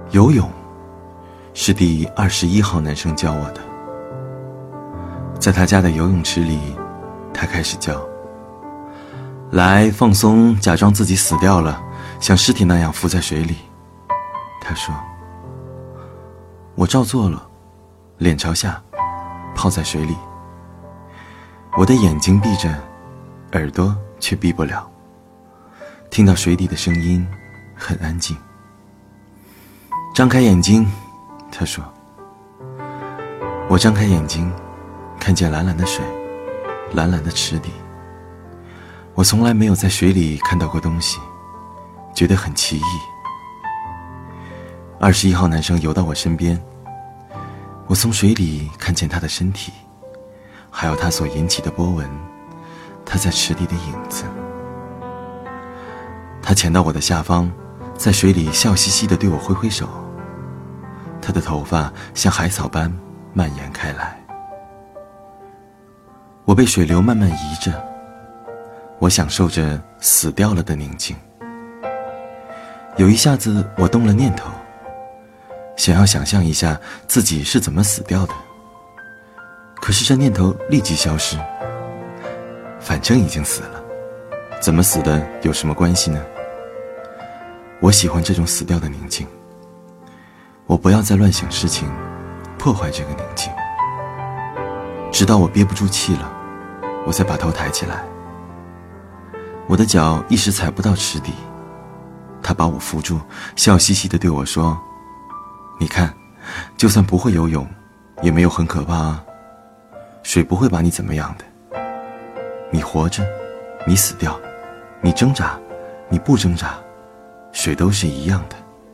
游泳是第21号男生教我的。在他家的游泳池里，他开始教：来，放松，假装自己死掉了，像尸体那样浮在水里。他说，我照做了，脸朝下，泡在水里。我的眼睛闭着，耳朵却闭不了，听到水底的声音很安静。张开眼睛，他说。我张开眼睛，看见蓝蓝的水，蓝蓝的池底。我从来没有在水里看到过东西，觉得很奇异。21号男生游到我身边，我从水里看见他的身体，还有他所引起的波纹，他在池底的影子。他潜到我的下方，在水里笑嘻嘻地对我挥挥手，他的头发像海草般蔓延开来。我被水流慢慢移着，我享受着死掉了的宁静。有一下子我动了念头，想要想象一下自己是怎么死掉的，可是这念头立即消失。反正已经死了，怎么死的有什么关系呢？我喜欢这种死掉的宁静，我不要再乱想事情，破坏这个宁静。直到我憋不住气了，我才把头抬起来。我的脚一时踩不到池底，他把我扶住，笑嘻嘻地对我说，你看，就算不会游泳，也没有很可怕啊，水不会把你怎么样的。你活着，你死掉，你挣扎，你不挣扎，水都是一样的。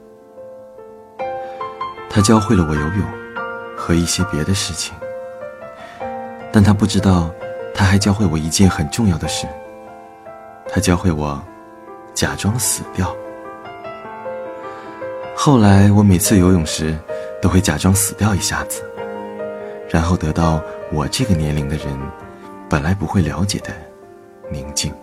他教会了我游泳和一些别的事情，但他不知道，他还教会我一件很重要的事。他教会我假装死掉。后来我每次游泳时都会假装死掉一下子，然后得到我这个年龄的人本来不会了解的宁静。